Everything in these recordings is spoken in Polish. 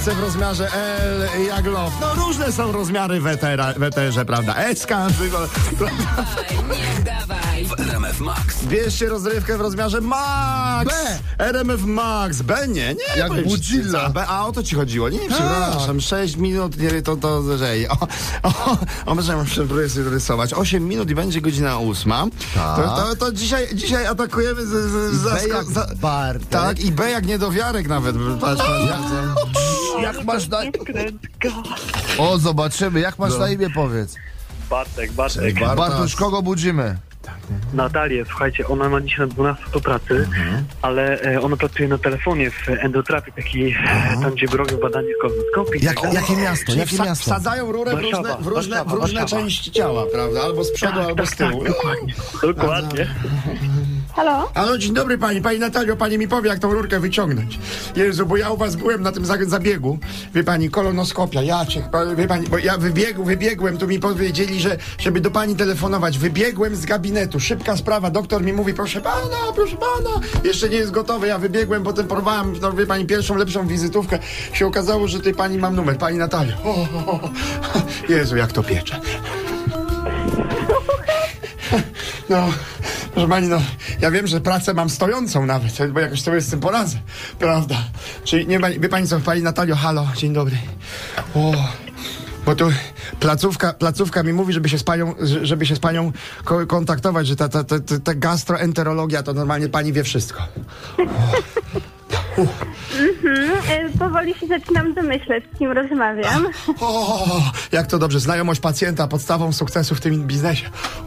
rozrywce w rozmiarze L jak love. No różne są rozmiary w eterze, prawda? S każdy. Nie dawaj. W RMF Max. Bierzcie rozrywkę w rozmiarze Max. B. RMF Max. B nie. Jak powiem ci, Budzilla. B, a o to ci chodziło. Nie, przepraszam. 6 minut, nie, to lżej. Muszę sobie rysować. 8 minut i będzie godzina 8. Tak. To dzisiaj atakujemy B jak Bartek. tak, i B jak niedowiarek nawet. Patrz, Jak masz na... O, zobaczymy. Jak masz na imię, powiedz. Bartek. Bartusz, kogo budzimy? Natalię, słuchajcie, ona ma dzisiaj na 12 do pracy, ale ona pracuje na telefonie w endotrapie, taki tam, gdzie robią badanie kolonoskopii. Jakie miasto? Czyli Jakie miasto? wsadzają rurę w różne części ciała, prawda? Albo z przodu, albo z tyłu. Dokładnie. Halo? Halo, dzień dobry pani Natalio, pani mi powie, jak tą rurkę wyciągnąć. Jezu, bo ja u was byłem na tym zabiegu. Wie pani, kolonoskopia, wie pani, bo ja wybiegłem, tu mi powiedzieli, żeby do pani telefonować. Wybiegłem z gabinetu, szybka sprawa, doktor mi mówi, proszę pana, jeszcze nie jest gotowe, ja wybiegłem, potem porwałem, no wie pani, pierwszą, lepszą wizytówkę. Się okazało, że tej pani mam numer, pani Natalio. Jezu, jak to piecze. No, proszę pani, no, ja wiem, że pracę mam stojącą nawet, bo jakoś sobie z tym poradzę, prawda? Czyli, nie, wie pani co, pani Natalio, halo, dzień dobry. Bo tu placówka mi mówi, żeby się z panią kontaktować, że ta gastroenterologia to normalnie pani wie wszystko. Powoli się zaczynam domyśleć, z kim rozmawiam. Jak to dobrze, znajomość pacjenta podstawą sukcesu w tym biznesie.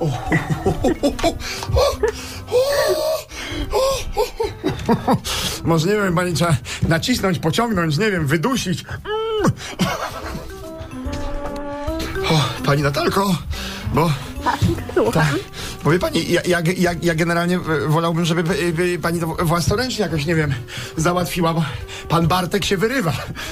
Może nie wiem, pani trzeba nacisnąć, pociągnąć, nie wiem, wydusić. Pani Natalko, bo... Słucham. Bo wie pani, ja generalnie wolałbym, żeby pani to własnoręcznie jakoś, nie wiem, załatwiła, bo pan Bartek się wyrywa.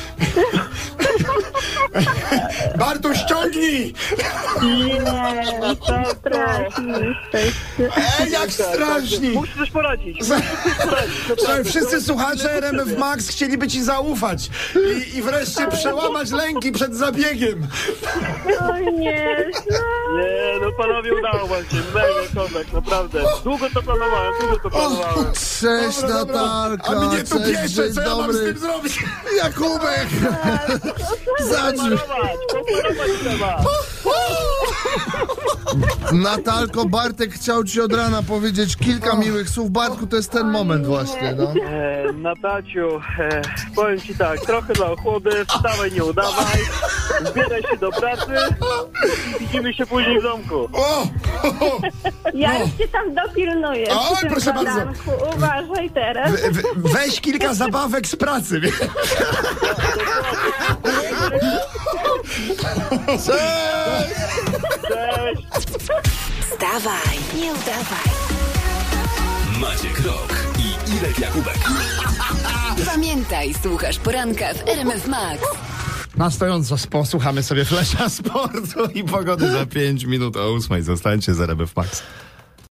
Bartuś, ściągnij! Nie, to strasznie. Jak strasznie! Musisz coś poradzić. Słuchaj, wszyscy słuchacze RMF Max chcieliby ci zaufać i wreszcie przełamać lęki przed zabiegiem. O nie, Nie, no panowie, udało wam się. Mega komek, naprawdę. Długo to planowałem. Cześć, Natalka. A mnie tu Cześć, piecze, dzień co ja mam z dobry. tym zrobić? Jakubek! Zadrzyj. Poparować trzeba. Natalko, Bartek chciał ci od rana powiedzieć kilka miłych słów. Bartku, to jest ten moment właśnie, no. Nataciu, powiem ci tak, trochę dla ochłody, wstawaj, nie udawaj, zbieraj się do pracy i widzimy się później w domku. ja już cię tam dopilnuję. Oj, przy tym proszę bardzo. badanku. Uważaj teraz. Weź kilka zabawek z pracy. Cześć! Wstawaj, nie udawaj. Maciek Rok i Irek Jakubek. Pamiętaj, słuchasz poranka w RMF Max. Na stojąco posłuchamy sobie flesza sportu i pogody za 5 minut o 8. Zostańcie z RMF Max.